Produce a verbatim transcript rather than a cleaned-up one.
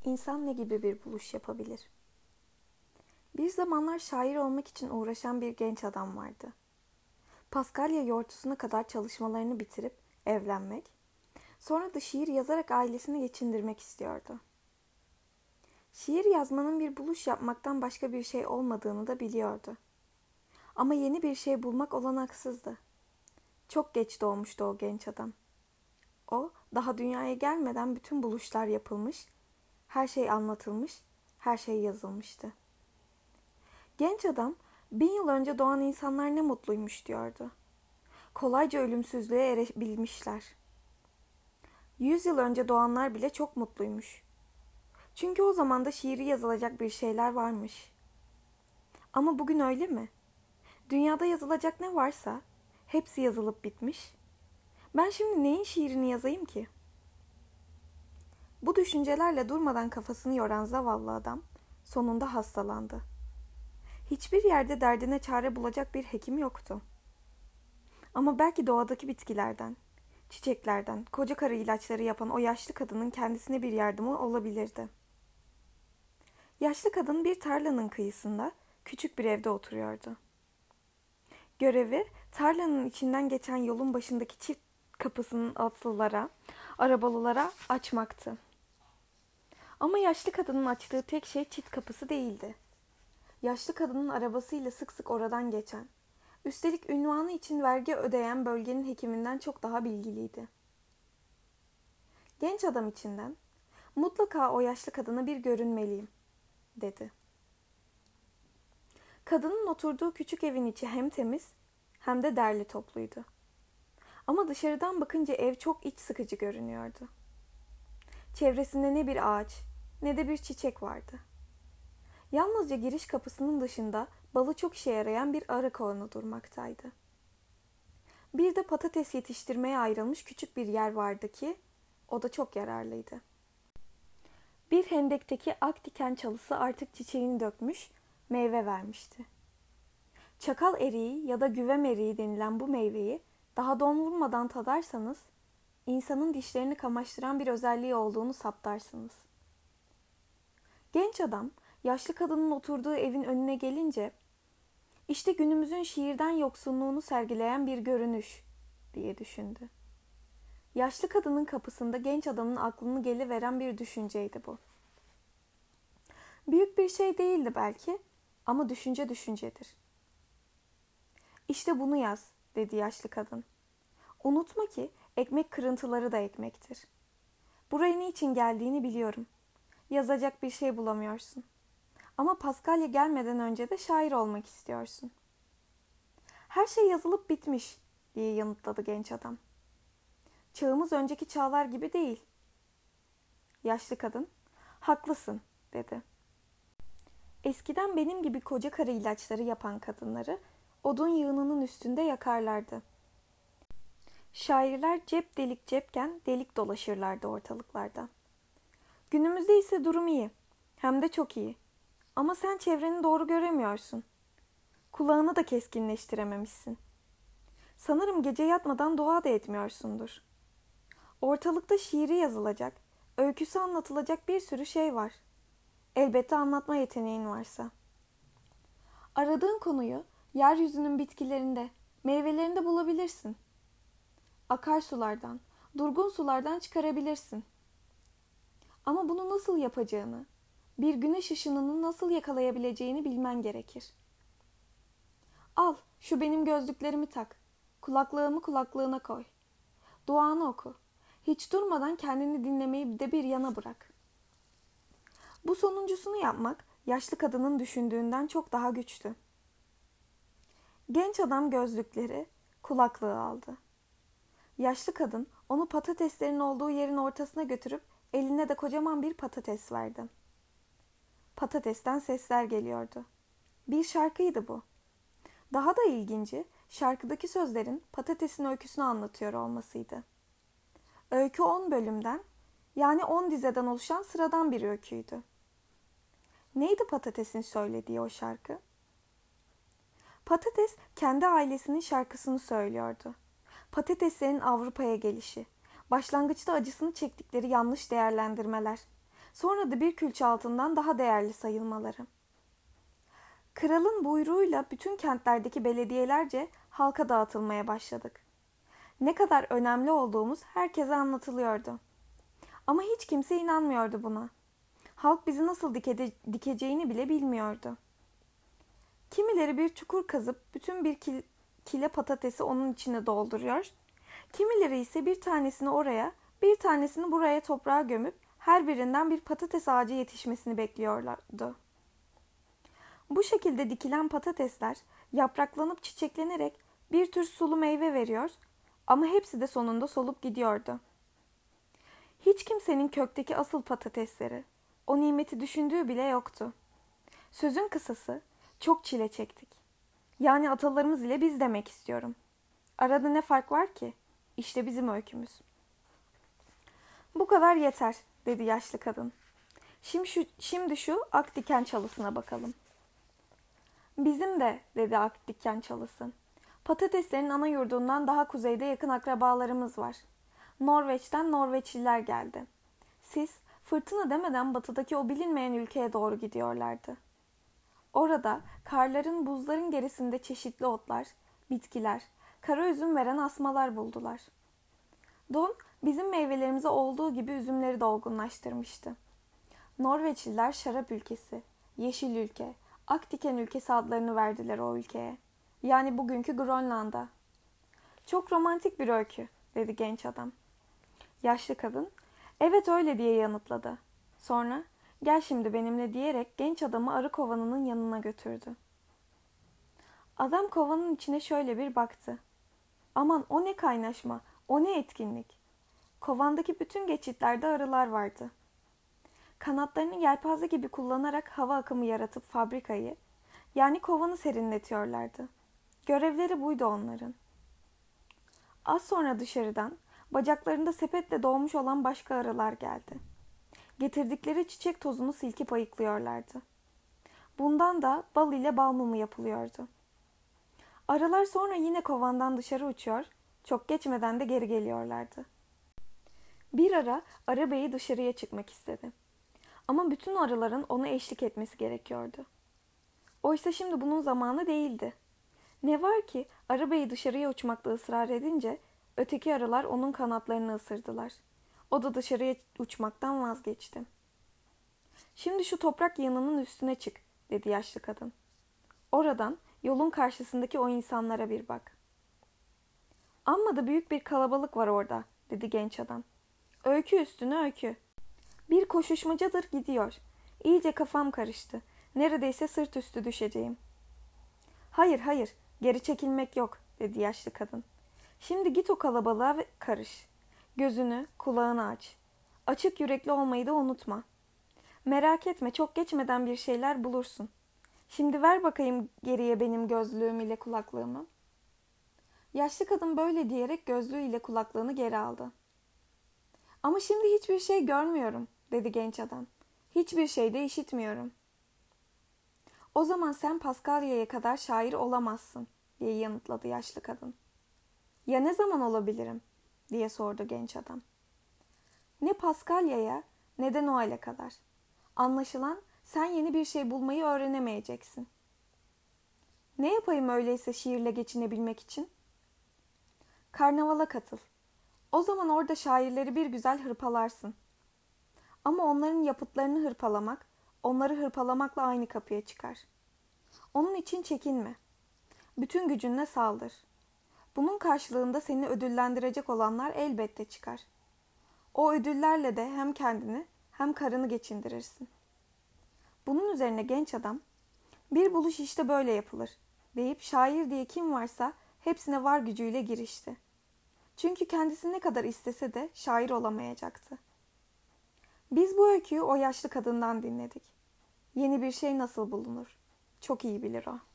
İnsan ne gibi bir buluş yapabilir? Bir zamanlar şair olmak için uğraşan bir genç adam vardı. Paskalya yortusuna kadar çalışmalarını bitirip evlenmek, sonra da şiir yazarak ailesini geçindirmek istiyordu. Şiir yazmanın bir buluş yapmaktan başka bir şey olmadığını da biliyordu. Ama yeni bir şey bulmak olanaksızdı. Çok geç doğmuştu o genç adam. O, daha dünyaya gelmeden bütün buluşlar yapılmış, her şey anlatılmış, her şey yazılmıştı. Genç adam, bin yıl önce doğan insanlar ne mutluymuş diyordu. Kolayca ölümsüzlüğe erebilmişler. Yüz yıl önce doğanlar bile çok mutluymuş. Çünkü o zaman da şiiri yazılacak bir şeyler varmış. Ama bugün öyle mi? Dünyada yazılacak ne varsa hepsi yazılıp bitmiş. Ben şimdi neyin şiirini yazayım ki? Bu düşüncelerle durmadan kafasını yoran zavallı adam sonunda hastalandı. Hiçbir yerde derdine çare bulacak bir hekim yoktu. Ama belki doğadaki bitkilerden, çiçeklerden, koca karı ilaçları yapan o yaşlı kadının kendisine bir yardımı olabilirdi. Yaşlı kadın bir tarlanın kıyısında küçük bir evde oturuyordu. Görevi tarlanın içinden geçen yolun başındaki çift kapısının atlılara, arabalılara açmaktı. Ama yaşlı kadının açtığı tek şey çift kapısı değildi. Yaşlı kadının arabasıyla sık sık oradan geçen, üstelik ünvanı için vergi ödeyen bölgenin hekiminden çok daha bilgiliydi. Genç adam içinden, mutlaka o yaşlı kadına bir görünmeliyim, dedi. Kadının oturduğu küçük evin içi hem temiz hem de derli topluydu. Ama dışarıdan bakınca ev çok iç sıkıcı görünüyordu. Çevresinde ne bir ağaç ne de bir çiçek vardı. Yalnızca giriş kapısının dışında balı çok işe yarayan bir arı kovanı durmaktaydı. Bir de patates yetiştirmeye ayrılmış küçük bir yer vardı ki o da çok yararlıydı. Bir hendekteki ak diken çalısı artık çiçeğini dökmüş, meyve vermişti. Çakal eriği ya da güvem eriği denilen bu meyveyi daha don vurmadan tadarsanız, insanın dişlerini kamaştıran bir özelliği olduğunu saptarsınız. Genç adam, yaşlı kadının oturduğu evin önüne gelince, işte günümüzün şiirden yoksunluğunu sergileyen bir görünüş, diye düşündü. Yaşlı kadının kapısında genç adamın aklını geliveren bir düşünceydi bu. Büyük bir şey değildi belki ama düşünce düşüncedir. İşte bunu yaz, dedi yaşlı kadın. Unutma ki ekmek kırıntıları da ekmektir. Buraya niçin geldiğini biliyorum. Yazacak bir şey bulamıyorsun. Ama Paskalya gelmeden önce de şair olmak istiyorsun. Her şey yazılıp bitmiş, diye yanıtladı genç adam. Çağımız önceki çağlar gibi değil. Yaşlı kadın, haklısın, dedi. Eskiden benim gibi koca karı ilaçları yapan kadınları odun yığınının üstünde yakarlardı. Şairler cep delik cepken delik dolaşırlardı ortalıklarda. Günümüzde ise durum iyi, hem de çok iyi. Ama sen çevreni doğru göremiyorsun. Kulağını da keskinleştirememişsin. Sanırım gece yatmadan dua da etmiyorsundur. Ortalıkta şiiri yazılacak, öyküsü anlatılacak bir sürü şey var. Elbette anlatma yeteneğin varsa. Aradığın konuyu yeryüzünün bitkilerinde, meyvelerinde bulabilirsin. Akarsulardan, durgun sulardan çıkarabilirsin. Ama bunu nasıl yapacağını, bir güneş ışınını nasıl yakalayabileceğini bilmen gerekir. Al, şu benim gözlüklerimi tak. Kulaklığımı kulaklığına koy. Duanı oku. Hiç durmadan kendini dinlemeyi de bir yana bırak. Bu sonuncusunu yapmak, yaşlı kadının düşündüğünden çok daha güçtü. Genç adam gözlükleri, kulaklığı aldı. Yaşlı kadın onu patateslerin olduğu yerin ortasına götürüp eline de kocaman bir patates verdi. Patatesten sesler geliyordu. Bir şarkıydı bu. Daha da ilginci, şarkıdaki sözlerin patatesin öyküsünü anlatıyor olmasıydı. Öykü on bölümden, yani on dizeden oluşan sıradan bir öyküydü. Neydi patatesin söylediği o şarkı? Patates kendi ailesinin şarkısını söylüyordu. Patateslerin Avrupa'ya gelişi, başlangıçta acısını çektikleri yanlış değerlendirmeler, Sonra da bir külçe altından daha değerli sayılmaları. Kralın buyruğuyla bütün kentlerdeki belediyelerce halka dağıtılmaya başladık. Ne kadar önemli olduğumuz herkese anlatılıyordu. Ama hiç kimse inanmıyordu buna. Halk bizi nasıl dike- dikeceğini bile bilmiyordu. Kimileri bir çukur kazıp bütün bir kil- kile patatesi onun içine dolduruyor. Kimileri ise bir tanesini oraya, bir tanesini buraya toprağa gömüp her birinden bir patates ağacı yetişmesini bekliyorlardı. Bu şekilde dikilen patatesler yapraklanıp çiçeklenerek bir tür sulu meyve veriyor ama hepsi de sonunda solup gidiyordu. Hiç kimsenin kökteki asıl patatesleri, o nimeti düşündüğü bile yoktu. Sözün kısası, çok çile çektik. Yani atalarımız ile biz demek istiyorum. Arada ne fark var ki? İşte bizim öykümüz. Bu kadar yeter, dedi yaşlı kadın. Şimdi şu, şimdi şu ak diken çalısına bakalım. Bizim de, dedi ak diken çalısı. Patateslerin ana yurdundan daha kuzeyde yakın akrabalarımız var. Norveç'ten Norveçliler geldi. Siz fırtına demeden batıdaki o bilinmeyen ülkeye doğru gidiyorlardı. Orada karların, buzların gerisinde çeşitli otlar, bitkiler, kara üzüm veren asmalar buldular. Don bizim meyvelerimize olduğu gibi üzümleri de olgunlaştırmıştı. Norveçliler şarap ülkesi, yeşil ülke, ak diken ülkesi adlarını verdiler o ülkeye. Yani bugünkü Grönland'a. Çok romantik bir öykü, dedi genç adam. Yaşlı kadın, evet öyle diye yanıtladı. Sonra, gel şimdi benimle diyerek genç adamı arı kovanının yanına götürdü. Adam kovanın içine şöyle bir baktı. Aman o ne kaynaşma, o ne etkinlik. Kovandaki bütün geçitlerde arılar vardı. Kanatlarını yelpaze gibi kullanarak hava akımı yaratıp fabrikayı, yani kovanı serinletiyorlardı. Görevleri buydu onların. Az sonra dışarıdan, bacaklarında sepetle dolmuş olan başka arılar geldi. Getirdikleri çiçek tozunu silkip ayıklıyorlardı. Bundan da bal ile bal mumu yapılıyordu. Arılar sonra yine kovandan dışarı uçuyor, çok geçmeden de geri geliyorlardı. Bir ara arı beyi dışarıya çıkmak istedi. Ama bütün arıların ona eşlik etmesi gerekiyordu. Oysa şimdi bunun zamanı değildi. Ne var ki arı beyi dışarıya uçmakta ısrar edince öteki arılar onun kanatlarını ısırdılar. O da dışarıya uçmaktan vazgeçti. Şimdi şu toprak yanının üstüne çık, dedi yaşlı kadın. Oradan yolun karşısındaki o insanlara bir bak. Amma da büyük bir kalabalık var orada, dedi genç adam. Öykü üstüne öykü. Bir koşuşmacadır gidiyor. İyice kafam karıştı. Neredeyse sırt üstü düşeceğim. Hayır hayır, geri çekilmek yok, dedi yaşlı kadın. Şimdi git o kalabalığa ve karış. Gözünü, kulağını aç. Açık yürekli olmayı da unutma. Merak etme, çok geçmeden bir şeyler bulursun. Şimdi ver bakayım geriye benim gözlüğüm ile kulaklığımı. Yaşlı kadın böyle diyerek gözlüğü ile kulaklığını geri aldı. Ama şimdi hiçbir şey görmüyorum, dedi genç adam. Hiçbir şey de işitmiyorum. O zaman sen Paskalya'ya kadar şair olamazsın, diye yanıtladı yaşlı kadın. Ya ne zaman olabilirim, diye sordu genç adam. Ne Paskalya'ya ne de Noel'e kadar. Anlaşılan sen yeni bir şey bulmayı öğrenemeyeceksin. Ne yapayım öyleyse şiirle geçinebilmek için? Karnavala katıl. O zaman orada şairleri bir güzel hırpalarsın. Ama onların yapıtlarını hırpalamak, onları hırpalamakla aynı kapıya çıkar. Onun için çekinme. Bütün gücünle saldır. Bunun karşılığında seni ödüllendirecek olanlar elbette çıkar. O ödüllerle de hem kendini hem karını geçindirirsin. Bunun üzerine genç adam, bir buluş işte böyle yapılır, deyip şair diye kim varsa hepsine var gücüyle girişti. Çünkü kendisi ne kadar istese de şair olamayacaktı. Biz bu öyküyü o yaşlı kadından dinledik. Yeni bir şey nasıl bulunur? Çok iyi bilir o.